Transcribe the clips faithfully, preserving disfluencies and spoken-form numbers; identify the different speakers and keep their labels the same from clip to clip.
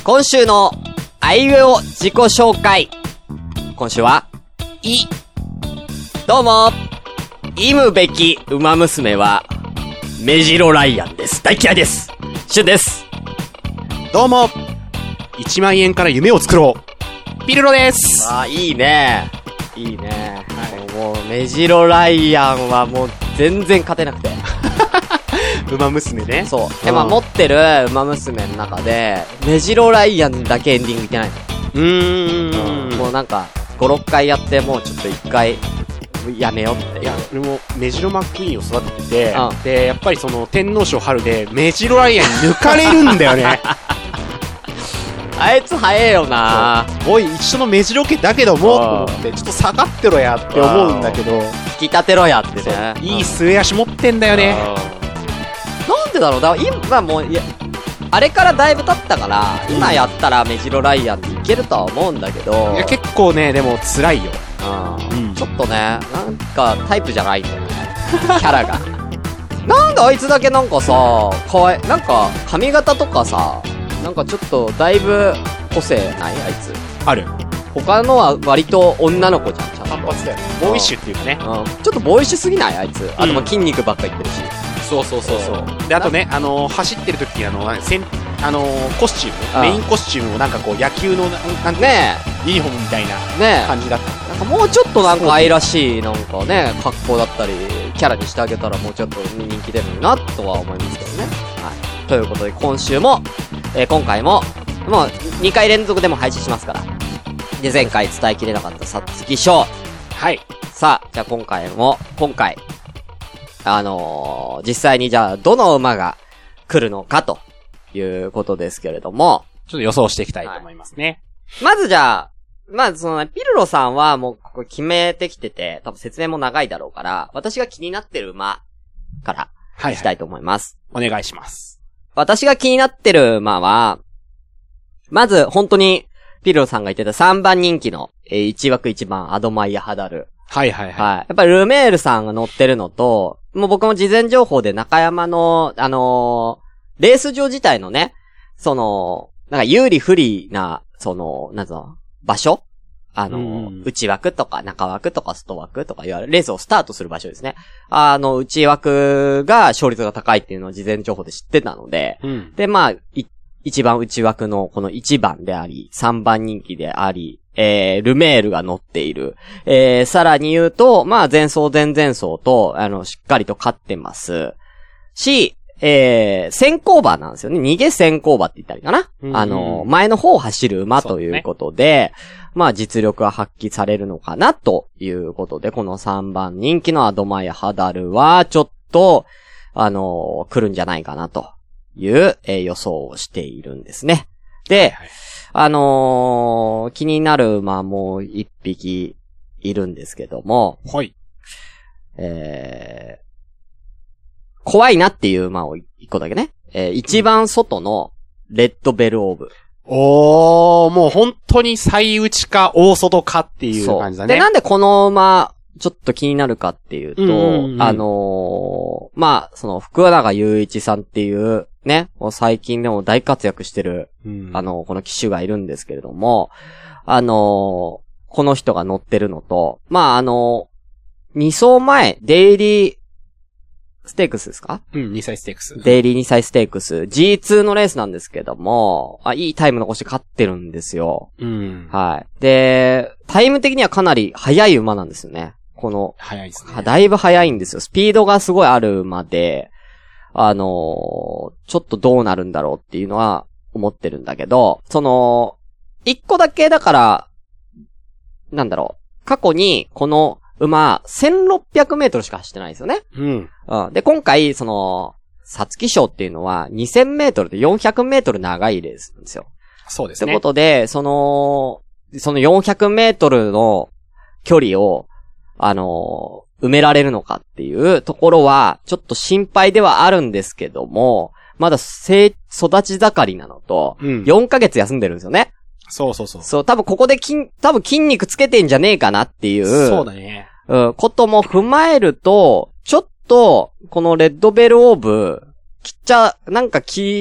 Speaker 1: 今週のあいうえお自己紹介。今週は、い。どうも、いむべき馬娘は、メジロライアンです。大嫌いです。シュンです。
Speaker 2: どうも、いちまんえんから夢を作ろう。ピルロです。
Speaker 1: あ、いいね。いいね。はい、もう、メジロライアンはもう全然勝てなくて。
Speaker 2: 馬娘ね。
Speaker 1: そう。で、まあ、持ってる馬娘の中で、メジロライアンだけエンディングいけないの。
Speaker 2: うーん。
Speaker 1: うん、もうなんか、ご、ろっかいやって、もうちょっといっかい、やめよって。
Speaker 2: いや、俺もメジロマックイーンを育ててて、
Speaker 1: うん、
Speaker 2: で、やっぱりその天皇賞春でメジロライアンに抜かれるんだよね。
Speaker 1: あいつ早えよな。
Speaker 2: おい、一緒のメジロ家だけども、と思って、ちょっと下がってろやって思うんだけど、
Speaker 1: 引き立てろやってね。
Speaker 2: いい末足持ってんだよね。
Speaker 1: なんでだろう。だから今もう、いや、あれからだいぶ経ったから、今やったらメジロライアンでいけるとは思うんだけど。
Speaker 2: いや、結構ね、でも辛いよ。
Speaker 1: うん。ちょっとね、なんかタイプじゃないんだよね。キャラが。なんであいつだけなんかさ、かわいい、なんか髪型とかさ、なんかちょっとだいぶ個性ないあいつ。
Speaker 2: ある。
Speaker 1: 他のは割と女の子じゃん、ちゃんと。
Speaker 2: 単発だよね。ボーイッシュっていうかね。
Speaker 1: うん。ちょっとボーイッシュすぎないあいつ。あとま、筋肉ばっか言ってるし。
Speaker 2: そうそうそうそう。で、あとね、あのー、走ってる時にあの、せん、あのー、コスチューム、メインコスチュームをなんかこう、野球の、なん
Speaker 1: ね
Speaker 2: え、ユニフォームみたいな感じだった。ね
Speaker 1: え。なんかもうちょっとなんか愛らしい、なんかね、格好だったり、キャラにしてあげたらもうちょっと人気出るな、とは思いますけどね。はい。ということで、今週も、えー、今回も、もう、にかい連続でも配信しますから。で、前回伝えきれなかった皐月賞。
Speaker 2: はい。
Speaker 1: さあ、じゃあ今回も、今回、あのー、実際にじゃあ、どの馬が来るのかということですけれども。
Speaker 2: ちょっと予想していきたいと思いますね。
Speaker 1: はい、まずじゃあ、まずその、ピルロさんはもうここ決めてきてて、多分説明も長いだろうから、私が気になってる馬から、いきたいと思います、
Speaker 2: はいはい。お願いします。
Speaker 1: 私が気になってる馬は、まず本当に、ピルロさんが言ってたさんばん人気の、えー、いち枠いちばんアドマイヤハダル。
Speaker 2: はいはいはい。はい。
Speaker 1: やっぱりルメールさんが乗ってるのと、もう僕も事前情報で中山の、あのー、レース場自体のね、その、なんか有利不利な、その、なんぞ、場所あのー、内枠とか中枠とか外枠とかいわゆるレースをスタートする場所ですね。あの、内枠が勝率が高いっていうのを事前情報で知ってたので、うん、で、まあ、い一番内枠のこのいちばんであり、さんばん人気であり、えー、ルメールが乗っている。えー、さらに言うと、まあ、前走前々走と、あの、しっかりと勝ってます。し、えー、先行馬なんですよね。逃げ先行馬って言ったりかな。うんうん、あの、前の方を走る馬ということで、ね、まあ、実力が発揮されるのかな、ということで、このさんばん人気のアドマイヤハダルは、ちょっと、あの、来るんじゃないかな、という、えー、予想をしているんですね。で、はいはい、あのー、気になる馬も一匹いるんですけども、
Speaker 2: はい。
Speaker 1: えー、怖いなっていう馬を一個だけね、えー、一番外のレッドベルオーブ。
Speaker 2: おー、もう本当に最内か大外かっていう感じだね。
Speaker 1: で、なんでこの馬、ちょっと気になるかっていうと、うんうんうん、あのー、まあ、その福永雄一さんっていう、ね、もう最近でも大活躍してる、うん、あの、この騎手がいるんですけれども、あのー、この人が乗ってるのと、まあ、あのー、に走前、デイリーステークスですか？
Speaker 2: うん、にさいステークス。
Speaker 1: デイリーにさいステークス。ジーツー のレースなんですけども、あ、いいタイム残して勝ってるんですよ。
Speaker 2: うん。
Speaker 1: はい。で、タイム的にはかなり速い馬なんですよね。この、
Speaker 2: 速いですね。
Speaker 1: だいぶ速いんですよ。スピードがすごいある馬で、あのー、ちょっとどうなるんだろうっていうのは思ってるんだけど、その、一個だけだから、なんだろう、過去にこの馬、せんろっぴゃくメートルしか走ってないんですよね。
Speaker 2: うん。
Speaker 1: うん。で、今回、その、皐月賞っていうのはにせんメートルでよんひゃくメートル長いレースなんですよ。
Speaker 2: そうですね。
Speaker 1: ってことで、その、そのよんひゃくメートルの距離を、あのー、埋められるのかっていうところは、ちょっと心配ではあるんですけども、まだ成、育ち盛りなのと、うん、よんかげつ休んでるんですよね。
Speaker 2: そうそうそう。
Speaker 1: そう、多分ここで筋、多分筋肉つけてんじゃねえかなっていう。
Speaker 2: そうだね。
Speaker 1: うん、ことも踏まえると、ちょっと、このレッドベルオーブ、きっちゃ、なんか気、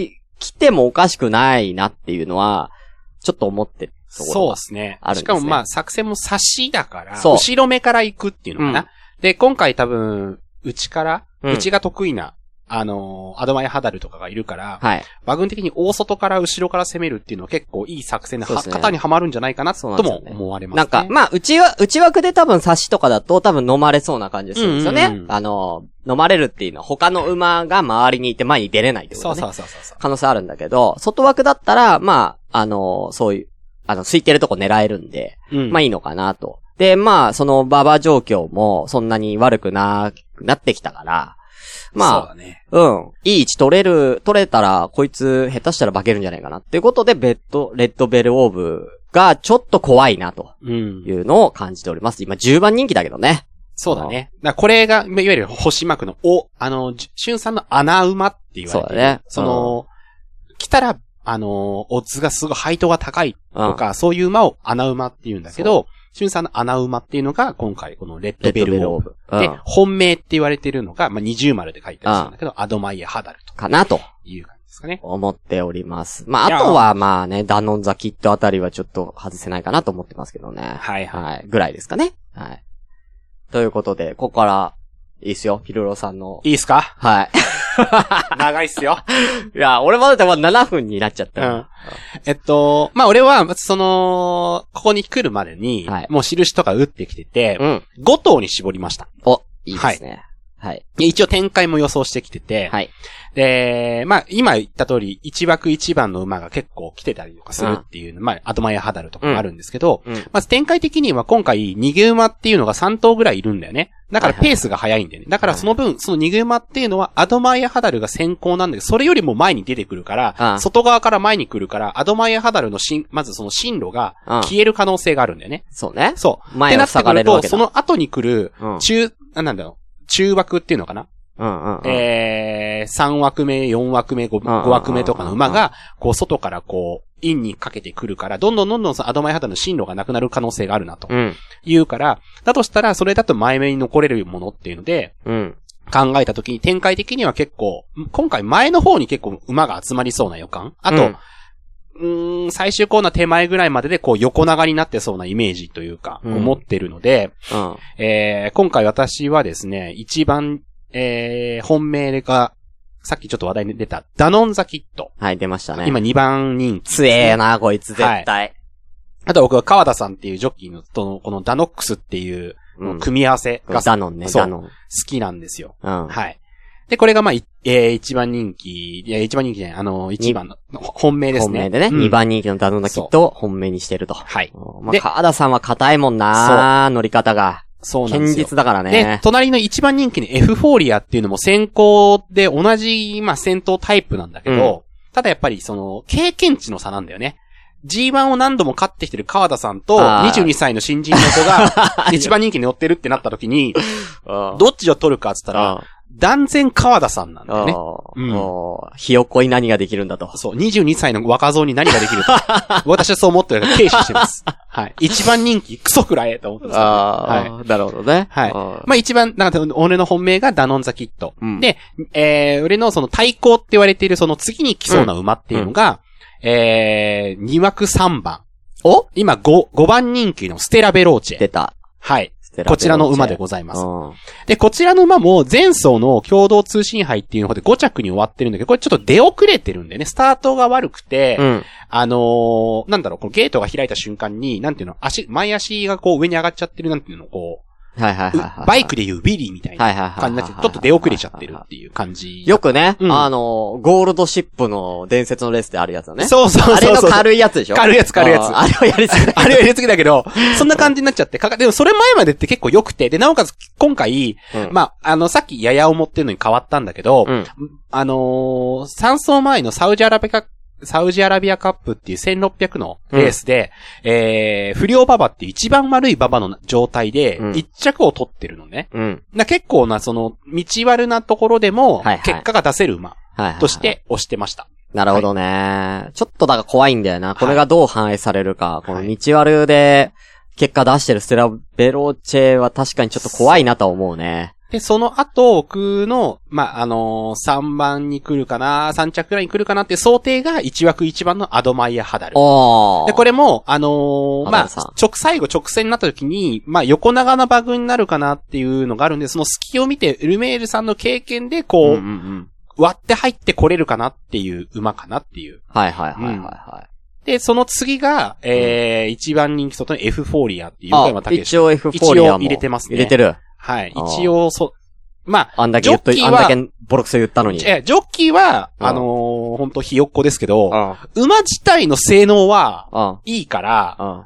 Speaker 1: 来てもおかしくないなっていうのは、ちょっと思ってるところ
Speaker 2: そう
Speaker 1: が
Speaker 2: ですね。
Speaker 1: あるんですね。
Speaker 2: しかもまあ、作戦も差しだから、
Speaker 1: そう
Speaker 2: 後ろ目から行くっていうのかな。うん、で、今回多分、内から、
Speaker 1: うん、
Speaker 2: 内が得意な、あのー、アドマイヤハダルとかがいるから、
Speaker 1: はい。
Speaker 2: 馬軍的に大外から後ろから攻めるっていうのは結構いい作戦で、ね、型にはまるんじゃないかなとも思われますね。
Speaker 1: なんか、まあ、内は、内枠で多分差しとかだと多分飲まれそうな感じするんですよね。うんうんうん、あのー、飲まれるっていうのは他の馬が周りにいて前に出れないってことね。
Speaker 2: そうそうそうそう。
Speaker 1: 可能性あるんだけど、外枠だったら、まあ、あのー、そういう、あの、空いてるとこ狙えるんで、うん、まあいいのかなと。で、まあ、その馬場状況もそんなに悪くな、なってきたから、まあ、
Speaker 2: そうだね。
Speaker 1: うん。いい位置取れる、取れたら、こいつ下手したら化けるんじゃないかなっていうことで、ベッド、レッドベルオーブがちょっと怖いなというのを感じております。今じゅうばん人気だけどね。
Speaker 2: そうだね。だこれが、いわゆる星幕の、お、あの、しゅんさんの穴馬って言われてる。そうだね。その、うん、来たら、あの、オッズがすごい、配当が高いとか、うん、そういう馬を穴馬って言うんだけど、しゅんさんの穴馬っていうのが、今回このレッドベルオーブ。うん、で、本命って言われてるのが、まあ、二重丸で書いてあるんだけど、うん、アドマイヤハダルと。
Speaker 1: かなと。
Speaker 2: いう感じですかね。
Speaker 1: 思っております。まあ、あとはまあね、ダノンザキットあたりはちょっと外せないかなと思ってますけどね。
Speaker 2: はいはい。はい。
Speaker 1: ぐらいですかね。はい。ということで、ここから、いいっすよ、ピルロさんの。
Speaker 2: いいっすか？
Speaker 1: はい。
Speaker 2: 長いっすよ。
Speaker 1: いや、俺までもななふんになっちゃった。うん。
Speaker 2: えっと、まあ、俺は、その、ここに来るまでに、はい、もう印とか打ってきてて、うん、ご頭に絞りました。
Speaker 1: お、いいですね。はい。
Speaker 2: 一応展開も予想してきてて、はい。で、まあ、今言った通り、一枠一番の馬が結構来てたりとかするっていう、うん、まあ、アドマイヤハダルとかもあるんですけど、うんうん、まず展開的には今回、逃げ馬っていうのがさん頭ぐらいいるんだよね。だからペースが速いんだよね。だからその分、その逃げ馬っていうのは、アドマイヤハダルが先行なんだけど、それよりも前に出てくるから、外側から前に来るから、アドマイヤハダルのしまずその進路が消える可能性があるんだよね。
Speaker 1: そうね。
Speaker 2: そう。
Speaker 1: 前を塞がれるわけだ。
Speaker 2: ってなってくると、その後に来る、中、うん、なんだろう、中枠っていうのかな。
Speaker 1: うんうんうん、
Speaker 2: えー、さん枠目、よん枠目、ご枠目とかの馬が、こう、外からこう、インにかけてくるから、どんどんどんどんそのアドマイヤハダルの進路がなくなる可能性があるなと。うん、言うから、だとしたら、それだと前目に残れるものっていうので、うん、考えたときに、展開的には結構、今回前の方に結構馬が集まりそうな予感。あと、うんうーん、最終コーナー手前ぐらいまででこう横長になってそうなイメージというか、思ってるので、うん、えー、今回私はですね、一番、えー、本命が、さっきちょっと話題に出た、ダノンザキット。
Speaker 1: はい、出ましたね。
Speaker 2: 今にばん人気。
Speaker 1: 強えな、こいつ絶対。はい、
Speaker 2: あと僕は川田さんっていうジョッキーのとの、このダノックスっていう、組み合わせが、
Speaker 1: うん、ダノンね、ダノン。好
Speaker 2: きなんですよ。うん、はい。で、これがまあ、えー、一番人気、いや、一番人気じゃない、あの、一番の、本命ですね。
Speaker 1: 本命でね、うん、二番人気のダノンザキットを本命にしてると。
Speaker 2: はい。
Speaker 1: まあ、川田さんは硬いもんな乗り方が。
Speaker 2: そうなんですよ。
Speaker 1: 堅実だからね。
Speaker 2: で、隣の一番人気のエフフォーリアっていうのも先行で同じ、まあ、戦闘タイプなんだけど、うん、ただやっぱりその、経験値の差なんだよね。ジーワン を何度も勝ってきてる川田さんと、にじゅうにさいの新人の子が、一番人気に乗ってるってなった時に、どっちを取るかって言ったら、断然川田さんなんだよね。
Speaker 1: うん。ひよこに何ができるんだと。
Speaker 2: そう、にじゅうにさいの若造に何ができるか。私はそう思ってるから軽視してます。はい。一番人気、クソくらえと思ってます、ね。
Speaker 1: はい。なるほどね。
Speaker 2: はい。まあ一番、なんか、俺の本命がダノンザキット。うん、で、えー、俺のその対抗って言われているその次に来そうな馬っていうのが、うん、えー、に枠さんばん。お今ご、ごばん人気のステラベローチェ。
Speaker 1: 出た。
Speaker 2: はい。こちらの馬でございます。うん、で、こちらの馬も前走の共同通信杯っていうの方でご着に終わってるんだけど、これちょっと出遅れてるんでね、スタートが悪くて、うん、あのー、なんだろう、このゲートが開いた瞬間に、なんていうの、足、前足がこう上に上がっちゃってるなんていうの、こう、
Speaker 1: はいはいはい、はい。
Speaker 2: バイクでいうビリーみたいな感じになって、ちょっと出遅れちゃってるっていう感じ。
Speaker 1: よくね、うん、あの、ゴールドシップの伝説のレースであるやつだね。
Speaker 2: そうそうそうそう。
Speaker 1: あれの軽いやつでしょ？
Speaker 2: 軽いやつ軽いやつ。
Speaker 1: あれはやりすぎだ。
Speaker 2: あれはやりすぎだけど、そんな感じになっちゃって、かか、でもそれ前までって結構良くて、で、なおかつ今回、うん、まあ、あの、さっきやや思ってるのに変わったんだけど、うん、あのー、さん走前のサウジアラビアサウジアラビアカップっていうせんろっぴゃくのレースで、うん、えー、不良馬場っていう一番悪い馬場の状態で、一着を取ってるのね。うん。な結構な、その、道悪なところでも、結果が出せる馬として押してました。
Speaker 1: なるほどね、はい。ちょっとだから怖いんだよな。これがどう反映されるか。はい、この道悪で結果出してるステラベローチェは確かにちょっと怖いなと思うね。
Speaker 2: で、その後、僕の、まあ、あのー、さんばんに来るかな、さん着くらいに来るかなって想定がいち枠いちばんのアドマイヤ・ハダル。で、これも、あのー、まあ、直、最後直線になった時に、まあ、横長な馬群になるかなっていうのがあるんで、その隙を見て、ルメールさんの経験で、こう、うんうんうん、割って入ってこれるかなっていう馬かなっていう。
Speaker 1: はいはいはいはい、はい。
Speaker 2: で、その次が、えー、一番人気外のエフフォーリアっていう横山武史。
Speaker 1: 一応エフフォーリアも
Speaker 2: 入れてますね。
Speaker 1: 入れてる。
Speaker 2: はい。一応、そ、まあ、
Speaker 1: あんだけ言っと、あんだけボロクソ言ったのに。
Speaker 2: え、ジョッキーは、あのー、ほんとひよっこですけど、馬自体の性能は、いいから、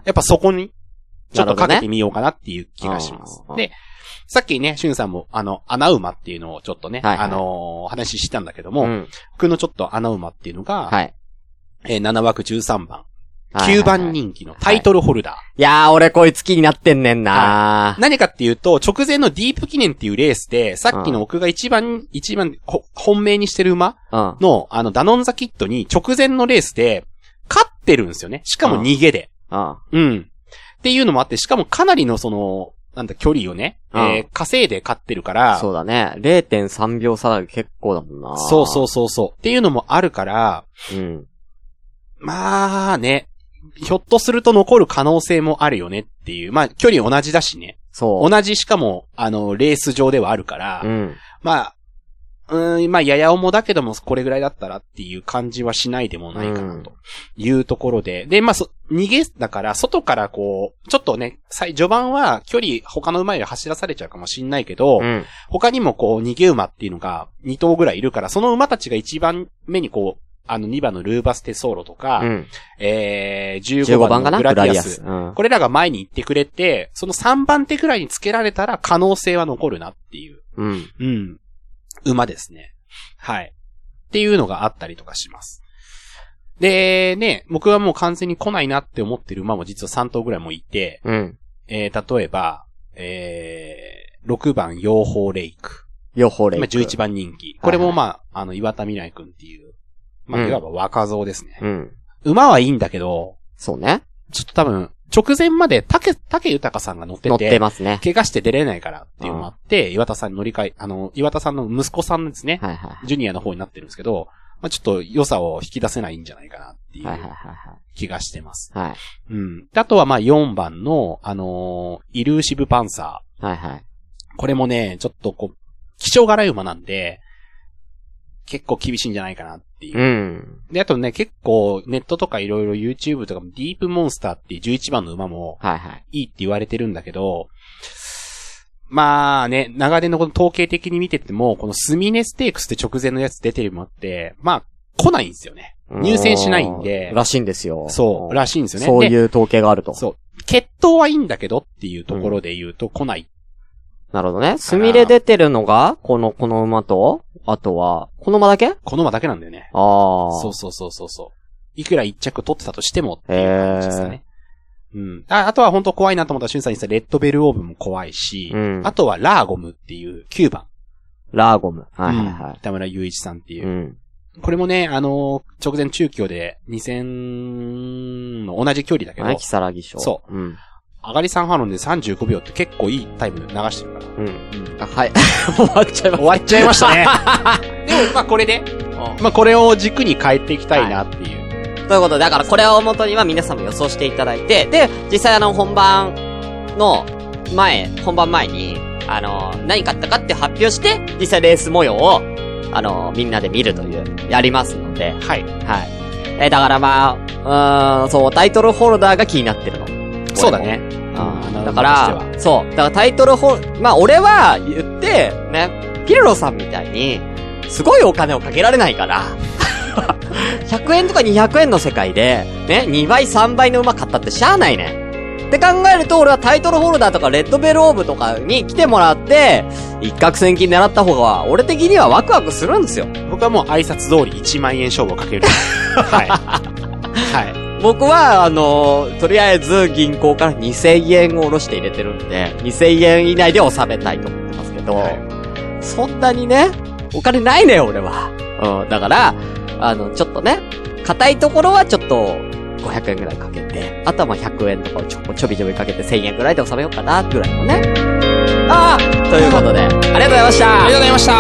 Speaker 2: やっぱそこに、ちょっとかけてみようかなっていう気がします。で、さっきね、シュンさんも、あの、穴馬っていうのをちょっとね、あのー、話したんだけども、僕のちょっと穴馬っていうのが、はい。えー、なな枠じゅうさんばん。きゅうばん人気のタイトルホルダー。はい
Speaker 1: いやー、俺こいつ気になってんねんなー、
Speaker 2: はい。何かっていうと、直前のディープ記念っていうレースで、さっきの僕が一番、一番、本命にしてる馬の、あの、ダノンザキッドに直前のレースで、勝ってるんですよね。しかも逃げで。うん。っていうのもあって、しかもかなりのその、なんだ、距離をね、えー、稼いで勝ってるから。
Speaker 1: そうだね。れいてんさんびょう差だけ結構だもんな。
Speaker 2: そうそうそうそう。っていうのもあるから、うん。まあね、ひょっとすると残る可能性もあるよねっていう。まあ、距離同じだしね。そう。同じしかも、あの、レース上ではあるから、うん。まあ、うーん、まあ、やや重だけども、これぐらいだったらっていう感じはしないでもないかな、というところで。うん、で、まあ、そ、逃げ、だから、外からこう、ちょっとね、序盤は距離、他の馬より走らされちゃうかもしんないけど、うん、他にもこう、逃げ馬っていうのがに頭ぐらいいるから、その馬たちが一番目にこう、あのにばんのルーバステソーロとか、うん、えー、じゅうごばんのグラディアス。うん、これらが前に行ってくれて、そのさんばん手くらいにつけられたら可能性は残るなっていう。うん。うん。馬ですね。はい。っていうのがあったりとかします。で、ね、僕はもう完全に来ないなって思ってる馬も実はさん頭ぐらいもいて、うん。えー、例えば、えー、ろくばん、養蜂レイク。
Speaker 1: 養蜂レイク。
Speaker 2: 今じゅういちばん人気。これもまあ、あの、岩田未来くんっていう、まあ、いわば若造ですね。うん。馬はいいんだけど、
Speaker 1: そうね。
Speaker 2: ちょっと多分、直前まで竹、竹豊さんが乗ってて、
Speaker 1: 乗ってますね。
Speaker 2: 怪我して出れないからっていうのもあって、岩田さんに乗り換え、あの、岩田さんの息子さんですね。はいはい。ジュニアの方になってるんですけど、まあ、ちょっと良さを引き出せないんじゃないかなっていう気がしてます。はい。うん。あとはまあよんばんの、あのー、イルーシブパンサー。はいはい。これもね、ちょっとこう、気性柄い馬なんで、結構厳しいんじゃないかなっていう。うん。で、あとね、結構ネットとかいろいろ YouTube とかもディープモンスターっていうじゅういちばんの馬も、はいはい。いいって言われてるんだけど、まあね、長年のこの統計的に見てても、このスミネステークスって直前のやつ出てるもあって、まあ、来ないんですよね。入選しないんで。
Speaker 1: らしいんですよ。
Speaker 2: そう、らしいんですよね。
Speaker 1: そういう統計があると。
Speaker 2: そう。血統はいいんだけどっていうところで言うと来ない。
Speaker 1: なるほどね。スミレ出てるのが、この、この馬と、あとは、この馬だけ
Speaker 2: この馬だけなんだよね。ああ。そうそうそうそうそう。いくら一着取ってたとしてもっていう感じですかね。うん。あ、あとは本当怖いなと思ったら、シュンさんに言ったレッドベルオーブも怖いし、うん、あとはラーゴムっていうきゅうばん。
Speaker 1: ラーゴム。はいはいはい。うん、
Speaker 2: 田村雄一さんっていう。うん、これもね、あのー、直前中京でに戦の同じ距離だけど。
Speaker 1: はい、木更木賞。
Speaker 2: そう。うん。上がりさんハロンでさんじゅうごびょうって結構いいタイム流してるから。うん。うん、
Speaker 1: はい。終わっちゃいました。
Speaker 2: 終わっちゃいましたね。でも、まあこれで、まあこれを軸に変えていきたいなっていう。はい
Speaker 1: ということで、だからこれを元には皆さんも予想していただいて、で、実際あの本番の前、本番前に、あの、何買ったかって発表して、実際レース模様を、あの、みんなで見るという、やりますので。
Speaker 2: はい。
Speaker 1: はい。え、だからまあ、うーん、そう、タイトルホルダーが気になってるの。
Speaker 2: そうだね。
Speaker 1: うん。だから、そう。だからタイトルホル、まあ俺は言って、ね、ピルロさんみたいに、すごいお金をかけられないから、ひゃくえんとかにひゃくえんの世界で、ね、にばいさんばいの馬買ったってしゃあないね。って考えると俺はタイトルホルダーとかレッドベルオーブとかに来てもらって、一攫千金狙った方が、俺的にはワクワクするんですよ。
Speaker 2: 僕はもう挨拶通りいちまんえん勝負をかける。はい。はい。
Speaker 1: 僕は、あのー、とりあえず銀行からにせんえんを下ろして入れてるんで、にせんえん以内で収めたいと思ってますけど、はい、そんなにね、お金ないねよ、俺は。うん、だから、あの、ちょっとね、硬いところはちょっとごひゃくえんぐらいかけて、あとはまあひゃくえんとかをちょ、ちょびちょびかけてせんえんぐらいで収めようかな、ぐらいのね。 ああということで、ありがとうございました。
Speaker 2: ありがとうございました。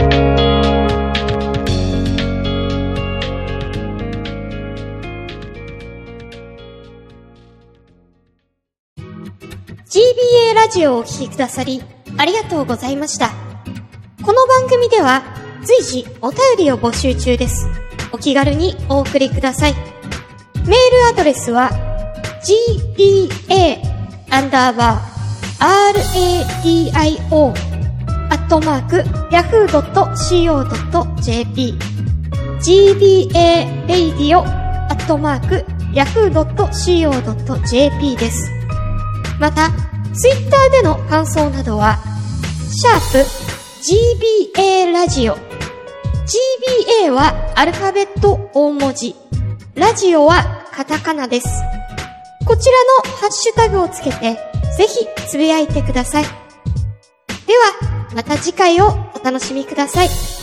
Speaker 3: ジービーエー ラジオをお聴きくださり、ありがとうございました。この番組では、随時お便りを募集中です。お気軽にお送りください。メールアドレスは、ジービーエー アンダーバー アールエーディーアイオー アットマーク ヤフー ドット シーオー ドット ジェーピー ジービーエー レイディオ アットマーク ヤフー ドット シーオー ドット ジェーピー です。また、ツイッターでの感想などは、シャープ ジービーエー ラジオ。ジービーエー はアルファベット大文字。ラジオはカタカナです。こちらのハッシュタグをつけて、ぜひつぶやいてください。では、また次回をお楽しみください。